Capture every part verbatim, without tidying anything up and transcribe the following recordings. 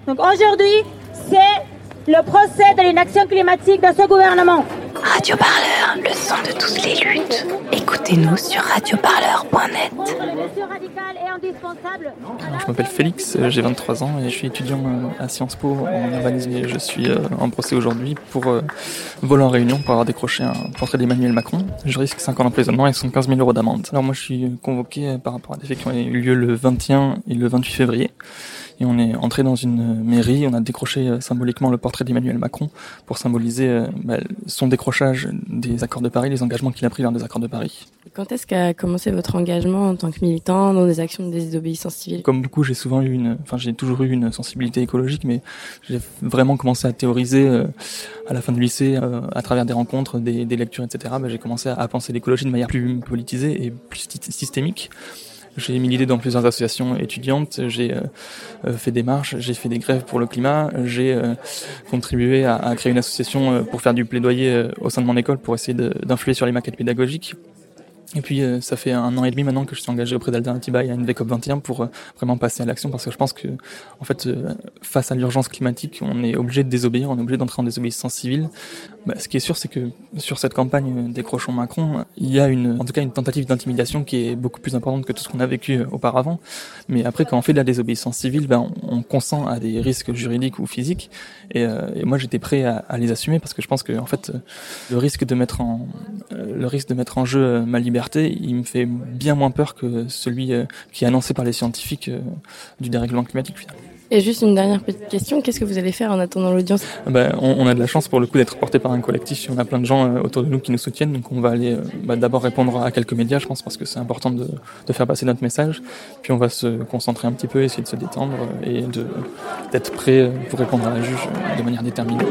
Donc aujourd'hui, c'est le procès de l'inaction climatique de ce gouvernement. Radio Parleur, le son de toutes les luttes. Écoutez-nous sur radio parleur point net. Alors, je m'appelle Félix, j'ai vingt-trois ans et je suis étudiant à Sciences Po en urbanisme. Je suis en procès aujourd'hui pour vol en réunion pour avoir décroché un portrait d'Emmanuel Macron. Je risque cinq ans d'emprisonnement et soixante-quinze mille euros d'amende. Alors moi je suis convoqué par rapport à des faits qui ont eu lieu le vingt et un et le vingt-huit février. Et on est entré dans une mairie, on a décroché symboliquement le portrait d'Emmanuel Macron pour symboliser bah, son décrochage des accords de Paris, les engagements qu'il a pris lors des accords de Paris. Quand est-ce qu'a commencé votre engagement en tant que militant dans des actions de désobéissance civile ? Comme beaucoup, j'ai souvent eu une, enfin j'ai toujours eu une sensibilité écologique, mais j'ai vraiment commencé à théoriser euh, à la fin du lycée, euh, à travers des rencontres, des, des lectures, et cetera. Bah, j'ai commencé à penser l'écologie de manière plus politisée et plus systémique. J'ai milité dans plusieurs associations étudiantes, j'ai euh, fait des marches, j'ai fait des grèves pour le climat, j'ai euh, contribué à, à créer une association pour faire du plaidoyer euh, au sein de mon école pour essayer de, d'influer sur les maquettes pédagogiques. Et puis euh, ça fait un an et demi maintenant que je suis engagé auprès d'Alternativa et à N V COP vingt et un pour euh, vraiment passer à l'action, parce que je pense que en fait euh, face à l'urgence climatique, on est obligé de désobéir, on est obligé d'entrer en désobéissance civile. Bah, ce qui est sûr, c'est que sur cette campagne Décrochons Macron, il y a une, en tout cas une tentative d'intimidation qui est beaucoup plus importante que tout ce qu'on a vécu auparavant. Mais après, quand on fait de la désobéissance civile, ben on, on consent à des risques juridiques ou physiques. Et, euh, et moi, j'étais prêt à, à les assumer, parce que je pense que en fait, le risque de mettre en euh, le risque de mettre en jeu ma liberté, il me fait bien moins peur que celui euh, qui est annoncé par les scientifiques euh, du dérèglement climatique. Finalement. Et juste une dernière petite question, qu'est-ce que vous allez faire en attendant l'audience ? Ben, on, on a de la chance pour le coup d'être porté par un collectif, on a plein de gens euh, autour de nous qui nous soutiennent, donc on va aller euh, bah, d'abord répondre à quelques médias, je pense, parce que c'est important de, de faire passer notre message, puis on va se concentrer un petit peu, essayer de se détendre et de, d'être prêt pour répondre à la juge de manière déterminée.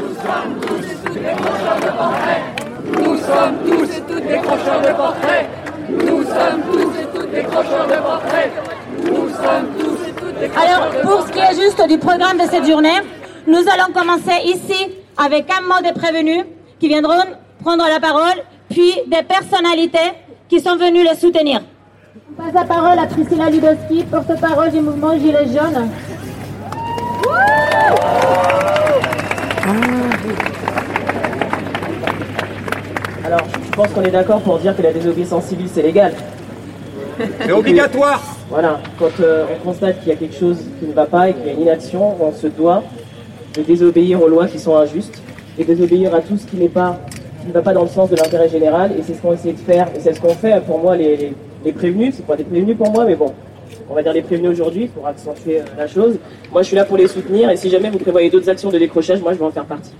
Nous sommes tous et toutes décrocheurs de portraits. Nous sommes tous et toutes décrocheurs de portraits. Nous sommes tous et toutes décrocheurs. Alors, pour ce qui est juste du programme de cette journée, nous allons commencer ici avec un mot des prévenus qui viendront prendre la parole, puis des personnalités qui sont venues les soutenir. On passe la parole à Priscilla Ludowski, porte-parole du mouvement Gilets jaunes. Alors, je pense qu'on est d'accord pour dire que la désobéissance civile, c'est légal. C'est obligatoire. Voilà, quand euh, on constate qu'il y a quelque chose qui ne va pas et qu'il y a une inaction, on se doit de désobéir aux lois qui sont injustes et désobéir à tout ce qui n'est pas, qui ne va pas dans le sens de l'intérêt général. Et c'est ce qu'on essaie de faire, et c'est ce qu'on fait pour moi, les, les, les prévenus. C'est pas des prévenus pour moi, mais bon, on va dire les prévenus aujourd'hui pour accentuer euh, la chose. Moi, je suis là pour les soutenir, et si jamais vous prévoyez d'autres actions de décrochage, moi, je vais en faire partie.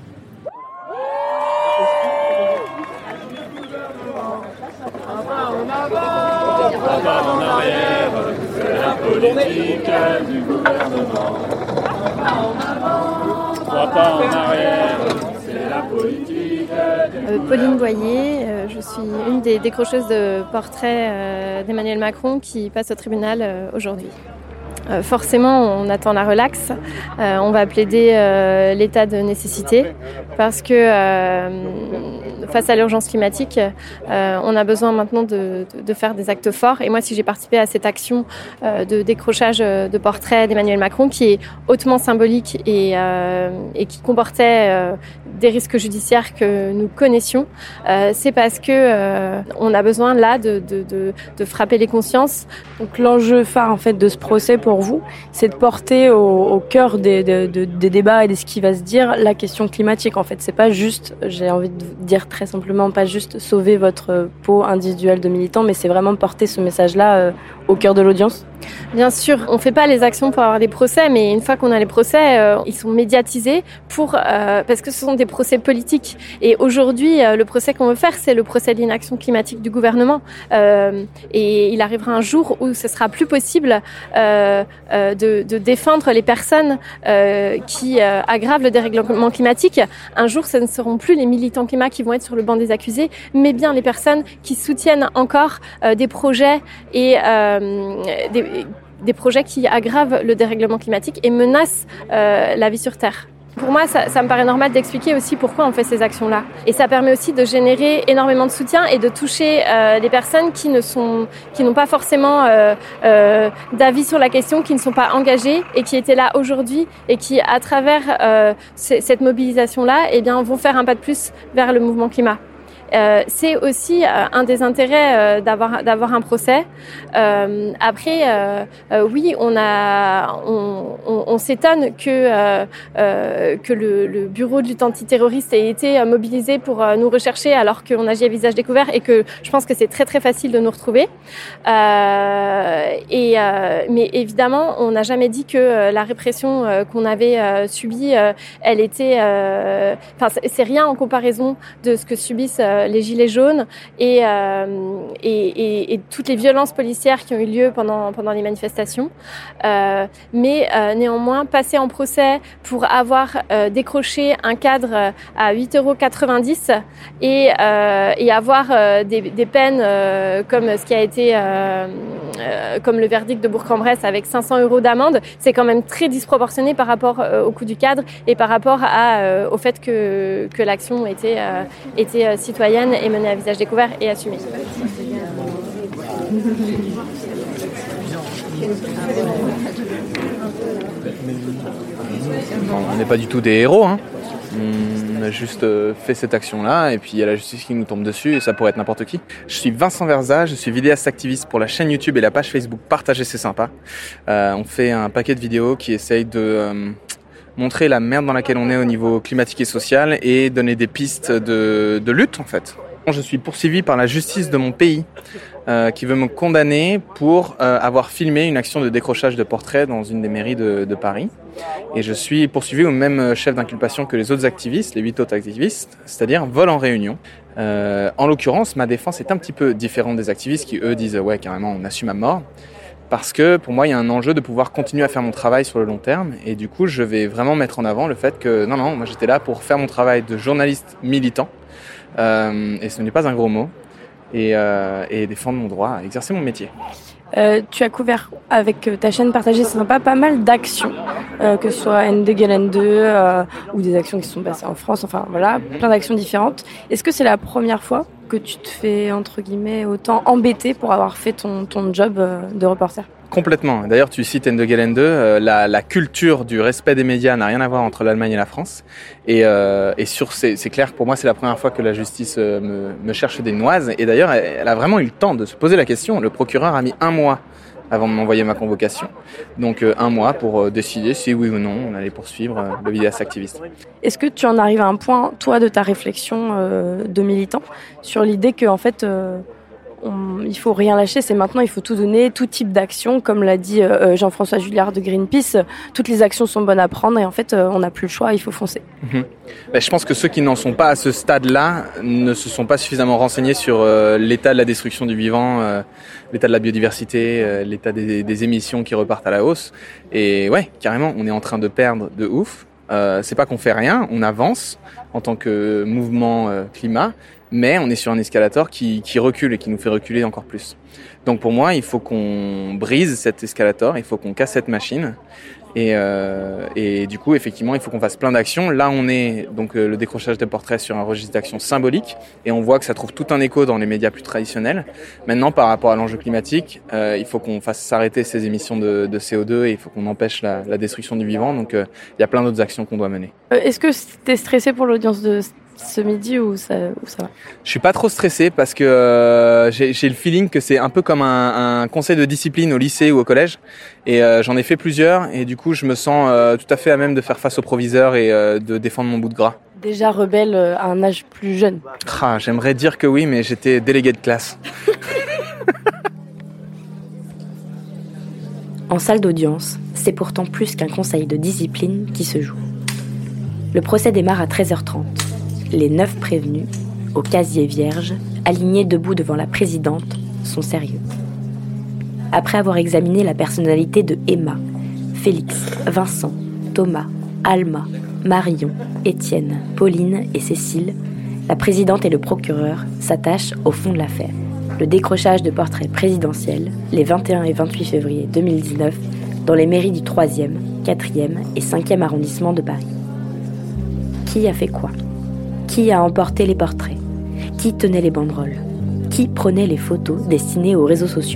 Pas en arrière, c'est la politique du gouvernement. Pas en avant, trois pas en arrière, c'est la politique. Euh, Pauline Boyer, euh, je suis une des décrocheuses de portraits euh, d'Emmanuel Macron qui passe au tribunal euh, aujourd'hui. Euh, forcément, on attend la relaxe. Euh, on va plaider euh, l'état de nécessité parce que euh, face à l'urgence climatique, euh, on a besoin maintenant de, de, de faire des actes forts. Et moi, si j'ai participé à cette action euh, de décrochage de portrait d'Emmanuel Macron, qui est hautement symbolique et, euh, et qui comportait euh, des risques judiciaires que nous connaissions, euh, c'est parce que euh, on a besoin là de, de, de, de frapper les consciences. Donc l'enjeu phare en fait de ce procès pour vous, c'est de porter au, au cœur des, de, de, des débats et de ce qui va se dire la question climatique. En fait, c'est pas juste, j'ai envie de dire très simplement, pas juste sauver votre peau individuelle de militant, mais c'est vraiment porter ce message-là euh, au cœur de l'audience. Bien sûr, on fait pas les actions pour avoir des procès, mais une fois qu'on a les procès, euh, ils sont médiatisés pour euh, parce que ce sont des procès politiques. Et aujourd'hui, euh, le procès qu'on veut faire, c'est le procès de l'inaction climatique du gouvernement. Euh, et il arrivera un jour où ce sera plus possible euh, euh, de, de défendre les personnes euh, qui euh, aggravent le dérèglement climatique. Un jour, ce ne seront plus les militants climat qui vont être sur le banc des accusés, mais bien les personnes qui soutiennent encore euh, des projets et euh, des des projets qui aggravent le dérèglement climatique et menacent euh, la vie sur Terre. Pour moi, ça, ça me paraît normal d'expliquer aussi pourquoi on fait ces actions-là. Et ça permet aussi de générer énormément de soutien et de toucher euh, les personnes qui ne sont, qui n'ont pas forcément euh, euh, d'avis sur la question, qui ne sont pas engagées et qui étaient là aujourd'hui et qui, à travers euh, c- cette mobilisation-là, eh bien, vont faire un pas de plus vers le mouvement climat. Euh, c'est aussi euh, un des intérêts euh, d'avoir d'avoir un procès. Euh, après, euh, euh, oui, on a, on, on, on s'étonne que euh, euh, que le, le bureau de lutte antiterroriste ait été euh, mobilisé pour euh, nous rechercher alors qu'on agit à visage découvert et que je pense que c'est très très facile de nous retrouver. Euh, et euh, mais évidemment, on n'a jamais dit que euh, la répression euh, qu'on avait euh, subie, euh, elle était, euh, enfin, c'est rien en comparaison de ce que subissent euh, les gilets jaunes et, euh, et, et, et toutes les violences policières qui ont eu lieu pendant, pendant les manifestations. Euh, mais euh, néanmoins, passer en procès pour avoir euh, décroché un cadre à huit euros quatre-vingt-dix et, euh, et avoir euh, des, des peines euh, comme ce qui a été, euh, euh, comme le verdict de Bourg-en-Bresse avec cinq cents euros d'amende, c'est quand même très disproportionné par rapport euh, au coût du cadre et par rapport à, euh, au fait que, que l'action était, euh, était euh, citoyenne et menée à visage découvert et assumée. On n'est pas du tout des héros, hein. On a juste fait cette action-là et puis il y a la justice qui nous tombe dessus et ça pourrait être n'importe qui. Je suis Vincent Verza, je suis vidéaste activiste pour la chaîne YouTube et la page Facebook Partager c'est sympa. Euh, on fait un paquet de vidéos qui essayent de euh, montrer la merde dans laquelle on est au niveau climatique et social et donner des pistes de, de lutte en fait. Je suis poursuivi par la justice de mon pays euh, qui veut me condamner pour euh, avoir filmé une action de décrochage de portraits dans une des mairies de, de Paris. Et je suis poursuivi au même chef d'inculpation que les autres activistes, les huit autres activistes, c'est-à-dire vol en réunion. Euh, en l'occurrence, ma défense est un petit peu différente des activistes qui eux disent « ouais, carrément, on assume à mort ». Parce que pour moi, il y a un enjeu de pouvoir continuer à faire mon travail sur le long terme. Et du coup, je vais vraiment mettre en avant le fait que non, non, moi j'étais là pour faire mon travail de journaliste militant. Euh, et ce n'est pas un gros mot. Et, euh, et défendre mon droit à exercer mon métier. Euh, tu as couvert avec ta chaîne Partager c'est sympa pas mal d'actions, euh, que ce soit Ende Gelände deux euh, ou des actions qui sont passées en France, enfin voilà, plein d'actions différentes. Est-ce que c'est la première fois que tu te fais, entre guillemets, autant embêter pour avoir fait ton, ton job euh, de reporter ? Complètement. D'ailleurs, tu cites Ende Gelände deux, euh, la, la culture du respect des médias n'a rien à voir entre l'Allemagne et la France. Et, euh, et sur, c'est, c'est clair que pour moi, c'est la première fois que la justice euh, me, me cherche des noises. Et d'ailleurs, elle, elle a vraiment eu le temps de se poser la question. Le procureur a mis un mois avant de m'envoyer ma convocation. Donc euh, un mois pour euh, décider si oui ou non on allait poursuivre euh, le vidéaste activiste. Est-ce que tu en arrives à un point, toi, de ta réflexion euh, de militant, sur l'idée que en fait, euh, on, il faut rien lâcher, c'est maintenant, il faut tout donner, tout type d'action, comme l'a dit euh, Jean-François Julliard de Greenpeace, toutes les actions sont bonnes à prendre et en fait, euh, on n'a plus le choix, il faut foncer. Mmh. Ben, je pense que ceux qui n'en sont pas à ce stade-là ne se sont pas suffisamment renseignés sur euh, l'état de la destruction du vivant, euh, l'état de la biodiversité, euh, l'état des, des émissions qui repartent à la hausse. Et ouais, carrément, on est en train de perdre de ouf. Euh, c'est pas qu'on fait rien, on avance en tant que mouvement euh, climat, mais on est sur un escalator qui, qui recule et qui nous fait reculer encore plus. Donc pour moi, il faut qu'on brise cet escalator, il faut qu'on casse cette machine. Et, euh, et du coup, effectivement, il faut qu'on fasse plein d'actions. Là, on est donc euh, le décrochage des portraits sur un registre d'actions symbolique, et on voit que ça trouve tout un écho dans les médias plus traditionnels. Maintenant, par rapport à l'enjeu climatique, euh, il faut qu'on fasse s'arrêter ces émissions de, de C O deux et il faut qu'on empêche la, la destruction du vivant. Donc, euh, il y a plein d'autres actions qu'on doit mener. Euh, est-ce que t'es stressé pour l'audience de ce midi ou ça, ou ça va ? Je suis pas trop stressé parce que euh, j'ai, j'ai le feeling que c'est un peu comme un, un conseil de discipline au lycée ou au collège, et euh, j'en ai fait plusieurs et du coup je me sens euh, tout à fait à même de faire face au proviseur et euh, de défendre mon bout de gras. Déjà rebelle à un âge plus jeune. Ah, j'aimerais dire que oui, mais j'étais délégué de classe. En salle d'audience, c'est pourtant plus qu'un conseil de discipline qui se joue. Le procès démarre à treize heures trente. Les neuf prévenus, au casier vierge, alignés debout devant la présidente, sont sérieux. Après avoir examiné la personnalité de Emma, Félix, Vincent, Thomas, Alma, Marion, Étienne, Pauline et Cécile, la présidente et le procureur s'attachent au fond de l'affaire. Le décrochage de portraits présidentiels les vingt et un et vingt-huit février deux mille dix-neuf dans les mairies du troisième, quatrième et cinquième arrondissement de Paris. Qui a fait quoi ? Qui a emporté les portraits ? Qui tenait les banderoles ? Qui prenait les photos destinées aux réseaux sociaux ?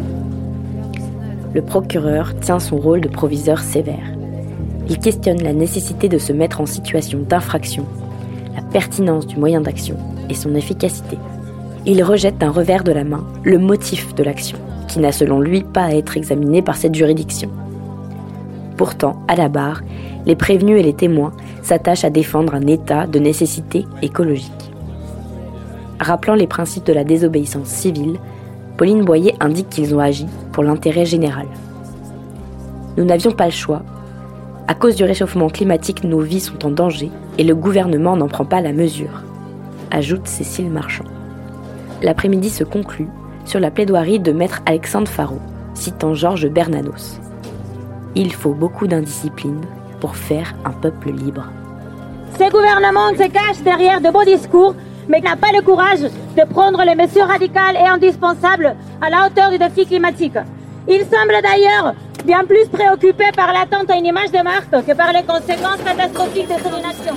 Le procureur tient son rôle de proviseur sévère. Il questionne la nécessité de se mettre en situation d'infraction, la pertinence du moyen d'action et son efficacité. Il rejette d'un revers de la main le motif de l'action, qui n'a selon lui pas à être examiné par cette juridiction. Pourtant, à la barre, les prévenus et les témoins s'attachent à défendre un état de nécessité écologique. Rappelant les principes de la désobéissance civile, Pauline Boyer indique qu'ils ont agi pour l'intérêt général. Nous n'avions pas le choix. À cause du réchauffement climatique, nos vies sont en danger et le gouvernement n'en prend pas la mesure, ajoute Cécile Marchand. L'après-midi se conclut sur la plaidoirie de maître Alexandre Farot, citant Georges Bernanos. Il faut beaucoup d'indiscipline pour faire un peuple libre. Ce gouvernement se cache derrière de beaux discours, mais n'a pas le courage de prendre les mesures radicales et indispensables à la hauteur du défi climatique. Il semble d'ailleurs bien plus préoccupé par l'attente à une image de marque que par les conséquences catastrophiques de son inaction.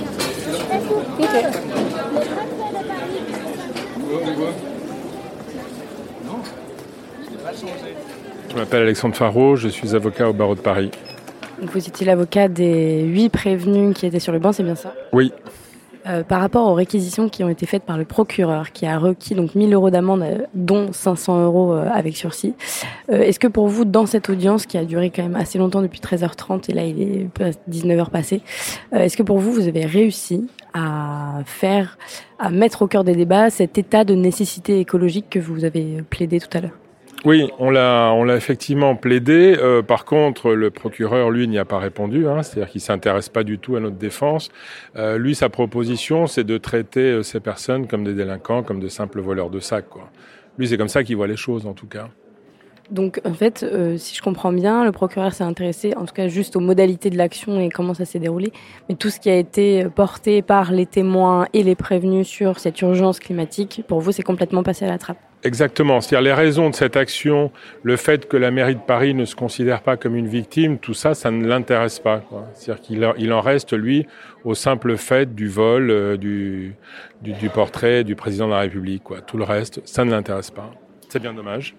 Je m'appelle Alexandre Farot, je suis avocat au barreau de Paris. Vous étiez l'avocat des huit prévenus qui étaient sur le banc, c'est bien ça ? Oui. Euh, par rapport aux réquisitions qui ont été faites par le procureur, qui a requis donc mille euros d'amende, euh, dont cinq cents euros euh, avec sursis, euh, est-ce que pour vous, dans cette audience qui a duré quand même assez longtemps, depuis treize heures trente, et là il est dix-neuf heures passées, euh, est-ce que pour vous, vous avez réussi à faire, à mettre au cœur des débats cet état de nécessité écologique que vous avez plaidé tout à l'heure ? Oui, on l'a, on l'a effectivement plaidé. Euh, par contre, le procureur, lui, n'y a pas répondu. Hein, c'est-à-dire qu'il s'intéresse pas du tout à notre défense. Euh, lui, sa proposition, c'est de traiter euh, ces personnes comme des délinquants, comme de simples voleurs de sacs, quoi. Lui, c'est comme ça qu'il voit les choses, en tout cas. Donc, en fait, euh, si je comprends bien, le procureur s'est intéressé, en tout cas, juste aux modalités de l'action et comment ça s'est déroulé. Mais tout ce qui a été porté par les témoins et les prévenus sur cette urgence climatique, pour vous, c'est complètement passé à la trappe. Exactement. C'est-à-dire les raisons de cette action, le fait que la mairie de Paris ne se considère pas comme une victime, tout ça, ça ne l'intéresse pas, quoi. C'est-à-dire qu'il en, il en reste, lui, au simple fait du vol, euh, du, du, du portrait du président de la République, quoi. Tout le reste, ça ne l'intéresse pas. C'est bien dommage.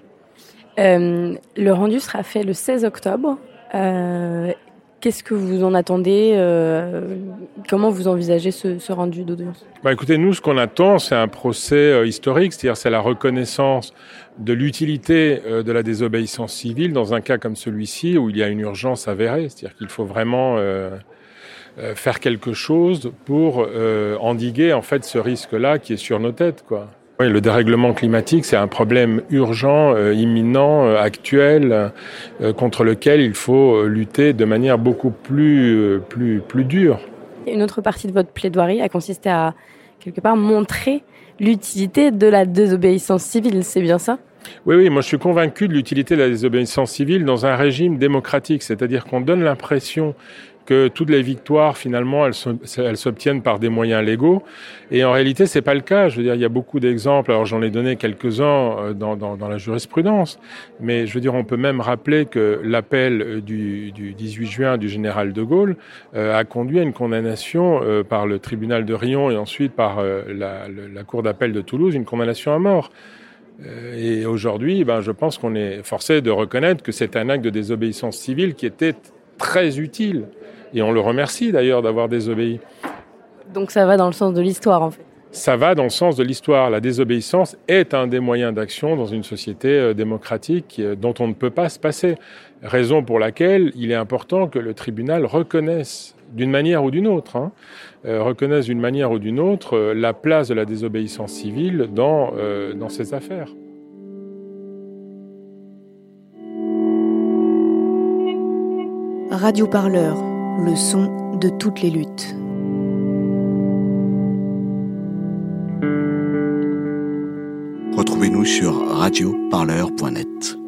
Euh, le rendu sera fait le seize octobre. Euh, qu'est-ce que vous en attendez euh, Comment vous envisagez ce, ce rendu d'audience ? Bah écoutez, nous, ce qu'on attend, c'est un procès euh, historique, c'est-à-dire c'est la reconnaissance de l'utilité euh, de la désobéissance civile dans un cas comme celui-ci où il y a une urgence avérée, c'est-à-dire qu'il faut vraiment euh, euh, faire quelque chose pour euh, endiguer en fait ce risque-là qui est sur nos têtes, quoi. Oui, le dérèglement climatique, c'est un problème urgent, euh, imminent, euh, actuel, euh, contre lequel il faut euh, lutter de manière beaucoup plus, euh, plus, plus dure. Une autre partie de votre plaidoirie a consisté à, quelque part, montrer l'utilité de la désobéissance civile, c'est bien ça ? Oui, oui, moi je suis convaincu de l'utilité de la désobéissance civile dans un régime démocratique, c'est-à-dire qu'on donne l'impression que toutes les victoires, finalement, elles, elles s'obtiennent par des moyens légaux. Et en réalité, c'est pas le cas. Je veux dire, il y a beaucoup d'exemples. Alors, j'en ai donné quelques-uns dans, dans, dans la jurisprudence. Mais je veux dire, on peut même rappeler que l'appel du, du dix-huit juin du général de Gaulle euh, a conduit à une condamnation euh, par le tribunal de Riom et ensuite par euh, la, la cour d'appel de Toulouse, une condamnation à mort. Euh, et aujourd'hui, ben, je pense qu'on est forcé de reconnaître que c'est un acte de désobéissance civile qui était très utile. Et on le remercie d'ailleurs d'avoir désobéi. Donc ça va dans le sens de l'histoire en fait. Ça va dans le sens de l'histoire. La désobéissance est un des moyens d'action dans une société euh, démocratique euh, dont on ne peut pas se passer. Raison pour laquelle il est important que le tribunal reconnaisse d'une manière ou d'une autre, hein, euh, reconnaisse d'une manière ou d'une autre euh, la place de la désobéissance civile dans, euh, dans ces affaires. Radio Parleur, le son de toutes les luttes. Retrouvez-nous sur radio parleur point net.